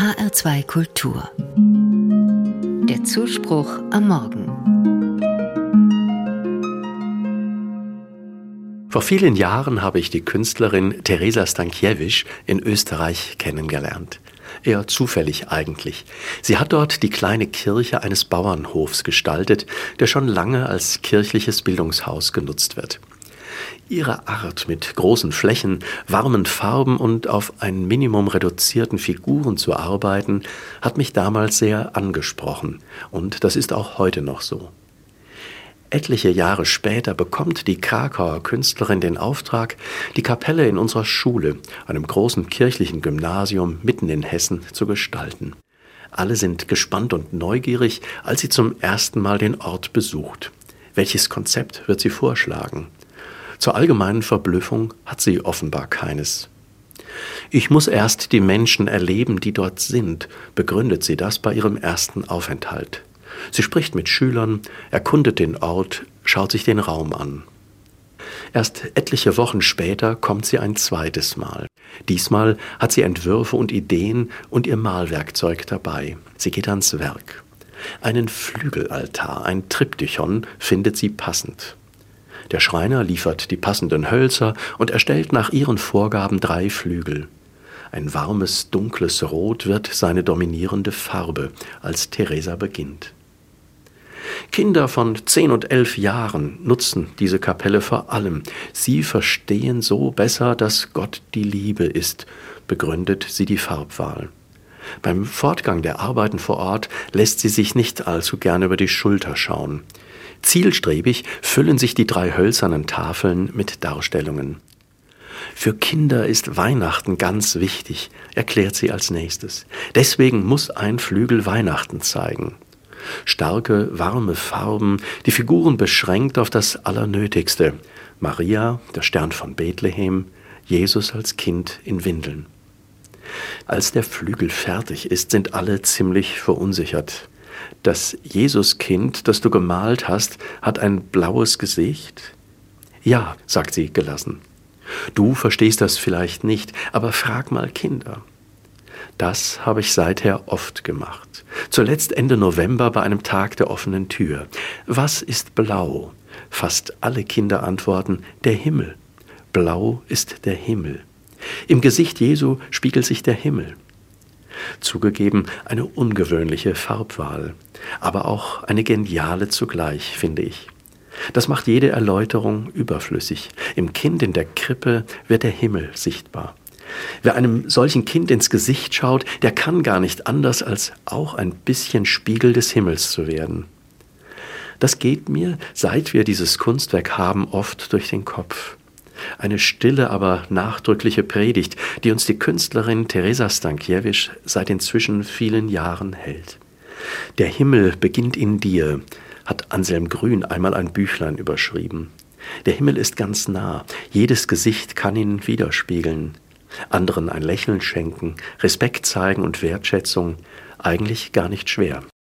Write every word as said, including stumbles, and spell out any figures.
H R zwei Kultur. Der Zuspruch am Morgen. Vor vielen Jahren habe ich die Künstlerin Teresa Stankiewicz in Österreich kennengelernt. Eher zufällig eigentlich. Sie hat dort die kleine Kirche eines Bauernhofs gestaltet, der schon lange als kirchliches Bildungshaus genutzt wird. Ihre Art, mit großen Flächen, warmen Farben und auf ein Minimum reduzierten Figuren zu arbeiten, hat mich damals sehr angesprochen. Und das ist auch heute noch so. Etliche Jahre später bekommt die Krakauer Künstlerin den Auftrag, die Kapelle in unserer Schule, einem großen kirchlichen Gymnasium mitten in Hessen, zu gestalten. Alle sind gespannt und neugierig, als sie zum ersten Mal den Ort besucht. Welches Konzept wird sie vorschlagen? Zur allgemeinen Verblüffung hat sie offenbar keines. Ich muss erst die Menschen erleben, die dort sind, begründet sie das bei ihrem ersten Aufenthalt. Sie spricht mit Schülern, erkundet den Ort, schaut sich den Raum an. Erst etliche Wochen später kommt sie ein zweites Mal. Diesmal hat sie Entwürfe und Ideen und ihr Malwerkzeug dabei. Sie geht ans Werk. Einen Flügelaltar, ein Triptychon, findet sie passend. Der Schreiner liefert die passenden Hölzer und erstellt nach ihren Vorgaben drei Flügel. Ein warmes, dunkles Rot wird seine dominierende Farbe, als Teresa beginnt. Kinder von zehn und elf Jahren nutzen diese Kapelle vor allem. Sie verstehen so besser, dass Gott die Liebe ist, begründet sie die Farbwahl. Beim Fortgang der Arbeiten vor Ort lässt sie sich nicht allzu gern über die Schulter schauen. Zielstrebig füllen sich die drei hölzernen Tafeln mit Darstellungen. Für Kinder ist Weihnachten ganz wichtig, erklärt sie als nächstes. Deswegen muss ein Flügel Weihnachten zeigen. Starke, warme Farben, die Figuren beschränkt auf das Allernötigste. Maria, der Stern von Bethlehem, Jesus als Kind in Windeln. Als der Flügel fertig ist, sind alle ziemlich verunsichert. Das Jesuskind, das du gemalt hast, hat ein blaues Gesicht? Ja, sagt sie gelassen. Du verstehst das vielleicht nicht, aber frag mal Kinder. Das habe ich seither oft gemacht. Zuletzt Ende November bei einem Tag der offenen Tür. Was ist blau? Fast alle Kinder antworten, der Himmel. Blau ist der Himmel. Im Gesicht Jesu spiegelt sich der Himmel. Zugegeben, eine ungewöhnliche Farbwahl, aber auch eine geniale zugleich, finde ich. Das macht jede Erläuterung überflüssig. Im Kind in der Krippe wird der Himmel sichtbar. Wer einem solchen Kind ins Gesicht schaut, der kann gar nicht anders, als auch ein bisschen Spiegel des Himmels zu werden. Das geht mir, seit wir dieses Kunstwerk haben, oft durch den Kopf. Eine stille, aber nachdrückliche Predigt, die uns die Künstlerin Teresa Stankiewicz seit inzwischen vielen Jahren hält. Der Himmel beginnt in dir, hat Anselm Grün einmal ein Büchlein überschrieben. Der Himmel ist ganz nah, jedes Gesicht kann ihn widerspiegeln. Anderen ein Lächeln schenken, Respekt zeigen und Wertschätzung, eigentlich gar nicht schwer.